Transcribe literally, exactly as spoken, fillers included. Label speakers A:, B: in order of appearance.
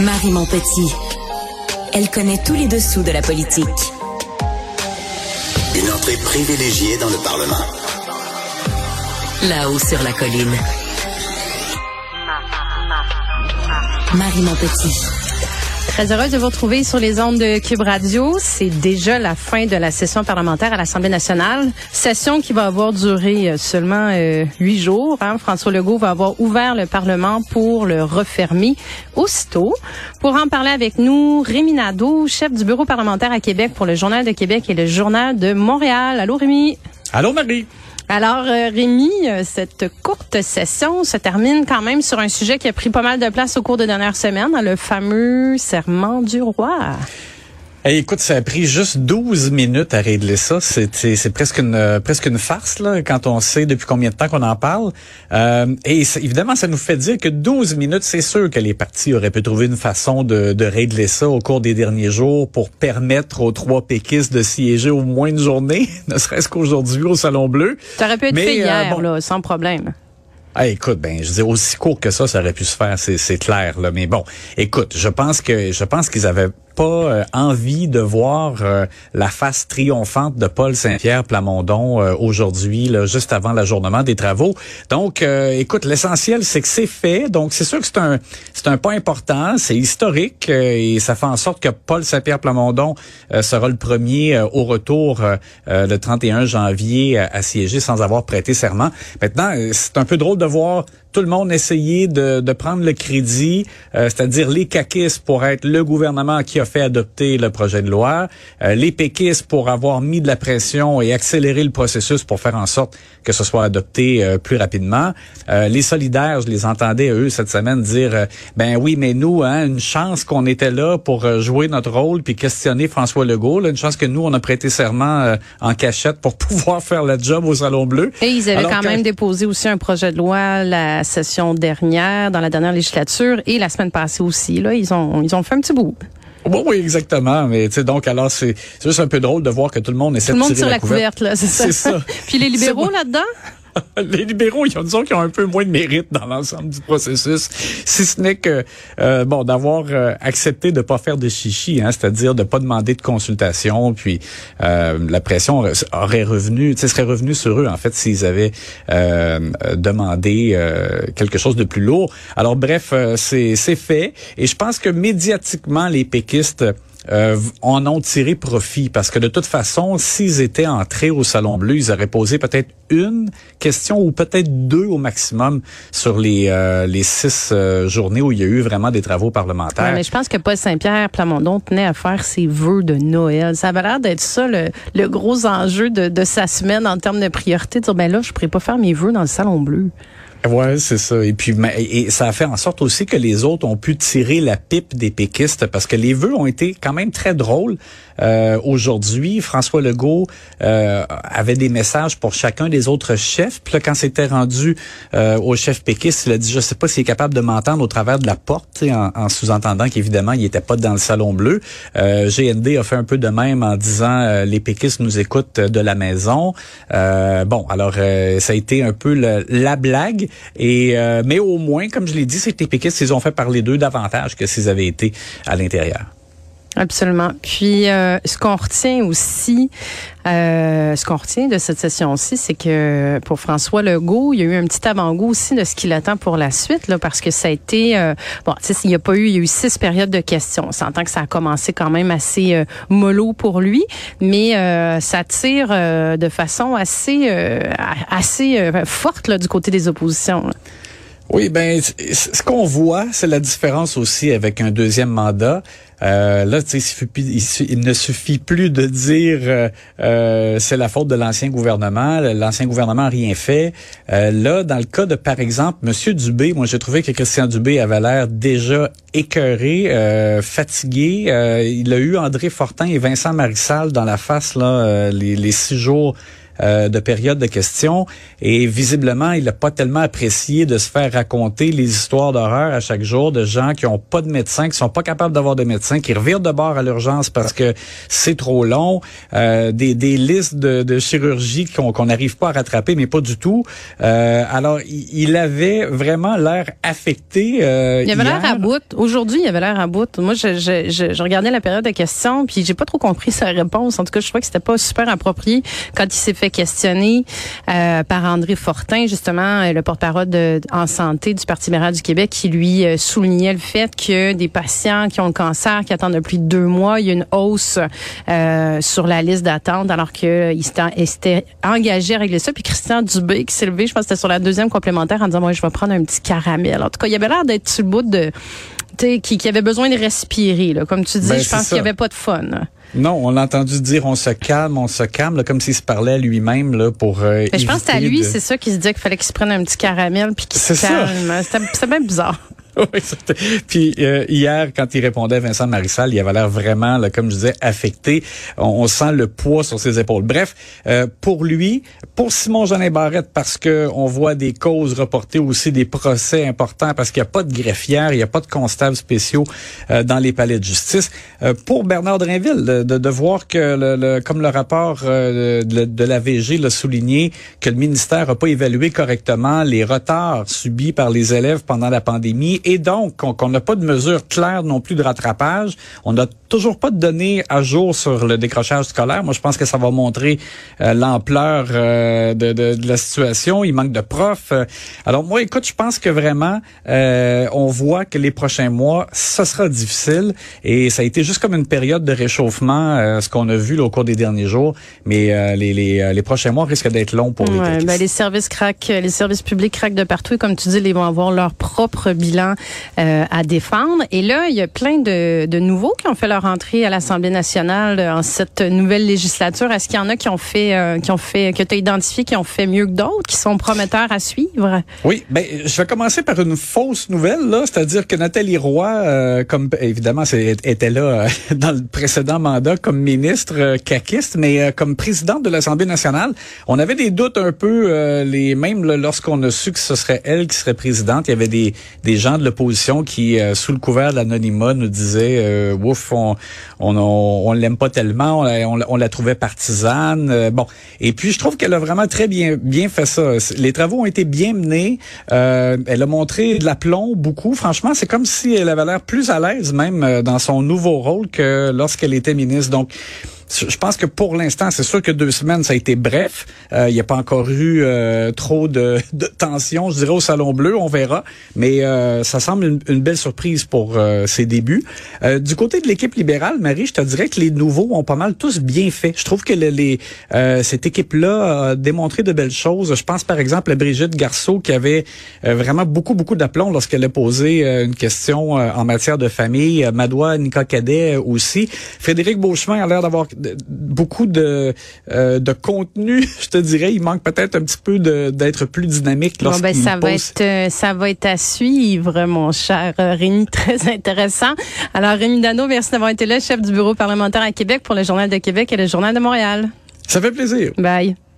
A: Marie Montpetit. Elle connaît tous les dessous de la politique.
B: Une entrée privilégiée dans le Parlement.
A: Là-haut sur la colline. Marie Montpetit.
C: Très heureuse de vous retrouver sur les ondes de Cube Radio. C'est déjà la fin de la session parlementaire à l'Assemblée nationale. Session qui va avoir duré seulement euh, huit jours. Hein. François Legault va avoir ouvert le Parlement pour le refermer aussitôt. Pour en parler avec nous, Rémi Nadeau, chef du bureau parlementaire à Québec pour le Journal de Québec et le Journal de Montréal. Allô, Rémi?
D: Allô, Marie?
C: Alors, euh, Rémi, euh, cette courte session se termine quand même sur un sujet qui a pris pas mal de place au cours des dernières semaines, le fameux serment du roi.
D: Hey, écoute, ça a pris juste douze minutes à régler ça. C'est, c'est, c'est presque une euh, presque une farce là, quand on sait depuis combien de temps qu'on en parle. Euh, et évidemment, ça nous fait dire que douze minutes, c'est sûr que les partis auraient pu trouver une façon de, de régler ça au cours des derniers jours pour permettre aux trois péquistes de siéger au moins une journée, ne serait-ce qu'aujourd'hui au Salon Bleu.
C: Ça aurait pu être
D: Mais,
C: fait hier,
D: euh, bon,
C: là, sans problème.
D: Ah, écoute, ben, je veux dire, aussi court que ça, ça aurait pu se faire, c'est, c'est clair, là. Mais bon, écoute, je pense que, je pense qu'ils avaient pas euh, envie de voir euh, la face triomphante de Paul Saint-Pierre Plamondon euh, aujourd'hui, là, juste avant l'ajournement des travaux. Donc, euh, écoute, l'essentiel, c'est que c'est fait. Donc, c'est sûr que c'est un, c'est un pas important, c'est historique euh, et ça fait en sorte que Paul Saint-Pierre Plamondon euh, sera le premier euh, au retour euh, euh, le trente et un janvier à, à siéger sans avoir prêté serment. Maintenant, c'est un peu drôle de voir tout le monde essayer de, de prendre le crédit, euh, c'est-à-dire les caquistes pour être le gouvernement qui a fait adopter le projet de loi, euh, les péquistes pour avoir mis de la pression et accéléré le processus pour faire en sorte que ce soit adopté euh, plus rapidement. Euh, les solidaires, je les entendais eux cette semaine dire euh, ben oui, mais nous, hein, une chance qu'on était là pour euh, jouer notre rôle puis questionner François Legault, là, une chance que nous on a prêté serment euh, en cachette pour pouvoir faire le job au Salon Bleu.
C: Et ils avaient
D: Alors,
C: quand
D: quand
C: même déposé aussi un projet de loi la session dernière, dans la dernière législature et la semaine passée aussi. Là, ils ont ils ont fait un petit bout.
D: Oui, oui, exactement. Mais tu sais, donc alors c'est, c'est juste un peu drôle de voir que tout le monde essaie
C: tout
D: de
C: le monde
D: tirer
C: tire
D: la,
C: la couverte, là, c'est ça.
D: C'est ça.
C: Puis les libéraux là-dedans?
D: Les libéraux, ils ont, disons qu'ils ont un peu moins de mérite dans l'ensemble du processus, si ce n'est que euh, bon d'avoir euh, accepté de pas faire de chichi, hein, c'est-à-dire de pas demander de consultation, puis euh, la pression aurait revenu, tu sais, serait revenue sur eux en fait s'ils avaient euh, demandé euh, quelque chose de plus lourd. Alors bref, euh, c'est c'est fait, et je pense que médiatiquement les péquistes Euh, en ont tiré profit parce que de toute façon, s'ils étaient entrés au Salon Bleu, ils auraient posé peut-être une question ou peut-être deux au maximum sur les euh, les six euh, journées où il y a eu vraiment des travaux parlementaires.
C: Ouais, mais je pense que Paul Saint-Pierre Plamondon tenait à faire ses vœux de Noël. Ça avait l'air d'être ça le, le gros enjeu de, de sa semaine en termes de priorité. De dire, ben là, je pourrais pas faire mes vœux dans le Salon Bleu.
D: Ouais, c'est ça. Et puis, et ça a fait en sorte aussi que les autres ont pu tirer la pipe des péquistes parce que les vœux ont été quand même très drôles. Euh, aujourd'hui, François Legault euh, avait des messages pour chacun des autres chefs. Puis là, quand c'était rendu euh, au chef péquiste, il a dit, je sais pas s'il est capable de m'entendre au travers de la porte, en, en sous-entendant qu'évidemment, il était pas dans le Salon Bleu. Euh, G N D a fait un peu de même en disant, euh, les péquistes nous écoutent de la maison. Euh, bon, alors, euh, ça a été un peu le, la blague. Et euh, mais au moins, comme je l'ai dit, c'est que les péquistes, ils ont fait parler d'eux davantage que s'ils avaient été à l'intérieur.
C: Absolument. Puis, euh, ce qu'on retient aussi, euh, ce qu'on retient de cette session-ci, c'est que pour François Legault, il y a eu un petit avant-goût aussi de ce qu'il attend pour la suite, là, parce que ça a été, euh, bon, tu sais, il y a pas eu, il y a eu six périodes de questions. On s'entend que ça a commencé quand même assez euh, mollo pour lui, mais euh, ça tire euh, de façon assez, euh, assez euh, forte là, du côté des oppositions. Là.
D: Oui, ben, ce qu'on voit, c'est la différence aussi avec un deuxième mandat. Euh, là, tu sais, il, il, il ne suffit plus de dire euh, euh, c'est la faute de l'ancien gouvernement. L'ancien gouvernement n'a rien fait. Euh, là, dans le cas de, par exemple, Monsieur Dubé, moi, j'ai trouvé que Christian Dubé avait l'air déjà écœuré, euh, fatigué. Euh, il a eu André Fortin et Vincent Marissal dans la face là, euh, les, les six jours euh, de période de questions et visiblement, il n'a pas tellement apprécié de se faire raconter les histoires d'horreur à chaque jour de gens qui ont pas de médecin, qui sont pas capables d'avoir de médecin, qui revirent de bord à l'urgence parce que c'est trop long, euh, des, des listes de, de chirurgie qu'on qu'on n'arrive pas à rattraper, mais pas du tout. Euh, alors, il, il avait vraiment l'air affecté. Euh,
C: il avait
D: hier.
C: l'air à bout. Aujourd'hui, il avait l'air à bout. Moi, je, je, je, je regardais la période de questions, puis j'ai pas trop compris sa réponse. En tout cas, je trouvais que c'était pas super approprié quand il s'est fait questionner euh, par André Fortin, justement, le porte-parole de, en santé du Parti libéral du Québec, qui lui euh, soulignait le fait que des patients qui ont le cancer, qui attendent depuis deux mois, il y a une hausse euh, sur la liste d'attente, alors qu'il s'était engagé à régler ça. Puis Christian Dubé, qui s'est levé, je pense que c'était sur la deuxième complémentaire, en disant, moi, je vais prendre un petit caramel. En tout cas, il avait l'air d'être sur le bout de... Qui, qui avait besoin de respirer, là. Comme tu dis,
D: ben,
C: je pense qu'il n'y avait pas de fun. Là.
D: Non, on l'a entendu dire on se calme, on se calme, là, comme s'il se parlait à lui-même là pour. Euh,
C: Mais je pense que c'est à lui,
D: de...
C: c'est ça qu'il se disait qu'il fallait qu'il se prenne un petit caramel puis qu'il se calme. C'était, c'était bien bizarre.
D: Oui, c'était... Puis euh, hier, quand il répondait à Vincent Marissal, il avait l'air vraiment, là, comme je disais, affecté. On, on sent le poids sur ses épaules. Bref, euh, pour lui, pour Simon-Jeanin Barrette, parce que on voit des causes reportées, aussi des procès importants, parce qu'il n'y a pas de greffière, il n'y a pas de constables spéciaux euh, dans les palais de justice. Euh, pour Bernard Drinville, de, de, de voir que, le, le, comme le rapport euh, de, de la V G l'a souligné, que le ministère n'a pas évalué correctement les retards subis par les élèves pendant la pandémie, et donc qu'on n'a pas de mesures claires non plus de rattrapage. On n'a toujours pas de données à jour sur le décrochage scolaire. Moi, je pense que ça va montrer euh, l'ampleur euh, de, de, de la situation. Il manque de profs. Alors moi, écoute, je pense que vraiment, euh, on voit que les prochains mois, ça sera difficile. Et ça a été juste comme une période de réchauffement, euh, ce qu'on a vu là, au cours des derniers jours. Mais euh, les, les, les prochains mois risquent d'être longs pour
C: ouais,
D: les
C: ben, les services craquent, les services publics craquent de partout. Et comme tu dis, ils vont avoir leur propre bilan euh, à défendre. Et là, il y a plein de, de nouveaux qui ont fait leur entrée à l'Assemblée nationale en cette nouvelle législature. Est-ce qu'il y en a qui ont fait, euh, qui ont fait, que tu as identifié, qui ont fait mieux que d'autres, qui sont prometteurs à suivre?
D: Oui, ben je vais commencer par une fausse nouvelle, là, c'est-à-dire que Nathalie Roy, euh, comme évidemment, c'est, était là euh, dans le précédent mandat comme ministre euh, caquiste, mais euh, comme présidente de l'Assemblée nationale, on avait des doutes un peu, euh, les mêmes là, lorsqu'on a su que ce serait elle qui serait présidente. Il y avait des des gens de l'opposition qui, euh, sous le couvert de l'anonymat, nous disaient, euh, ouf, on on, on, on l'aime pas tellement, on la, on, on la trouvait partisane. Euh, bon, et puis je trouve qu'elle a vraiment très bien bien fait ça. Les travaux ont été bien menés. Euh, elle a montré de l'aplomb beaucoup. Franchement, c'est comme si elle avait l'air plus à l'aise même dans son nouveau rôle que lorsqu'elle était ministre. Donc, je pense que pour l'instant, c'est sûr que deux semaines, ça a été bref. Euh, il n'y a pas encore eu euh, trop de, de tension, je dirais, au Salon Bleu. On verra. Mais euh, ça semble une, une belle surprise pour euh, ses débuts. Euh, du côté de l'équipe libérale, Marie, je te dirais que les nouveaux ont pas mal tous bien fait. Je trouve que les, les euh, cette équipe-là a démontré de belles choses. Je pense par exemple à Brigitte Garceau qui avait euh, vraiment beaucoup, beaucoup d'aplomb lorsqu'elle a posé euh, une question euh, en matière de famille. Euh, Madoua Nika Cadet euh, aussi. Frédéric Beauchemin a l'air d'avoir beaucoup de euh, de contenu, je te dirais. Il manque peut-être un petit peu de, d'être plus dynamique lorsqu'il
C: bon, ben, ça
D: pose...
C: va être euh, ça va être à suivre, mon cher euh, Rémi, très intéressant. Alors Rémi Dano, merci d'avoir été là, chef du bureau parlementaire à Québec pour le Journal de Québec et le Journal de Montréal.
D: Ça fait plaisir.
C: Bye.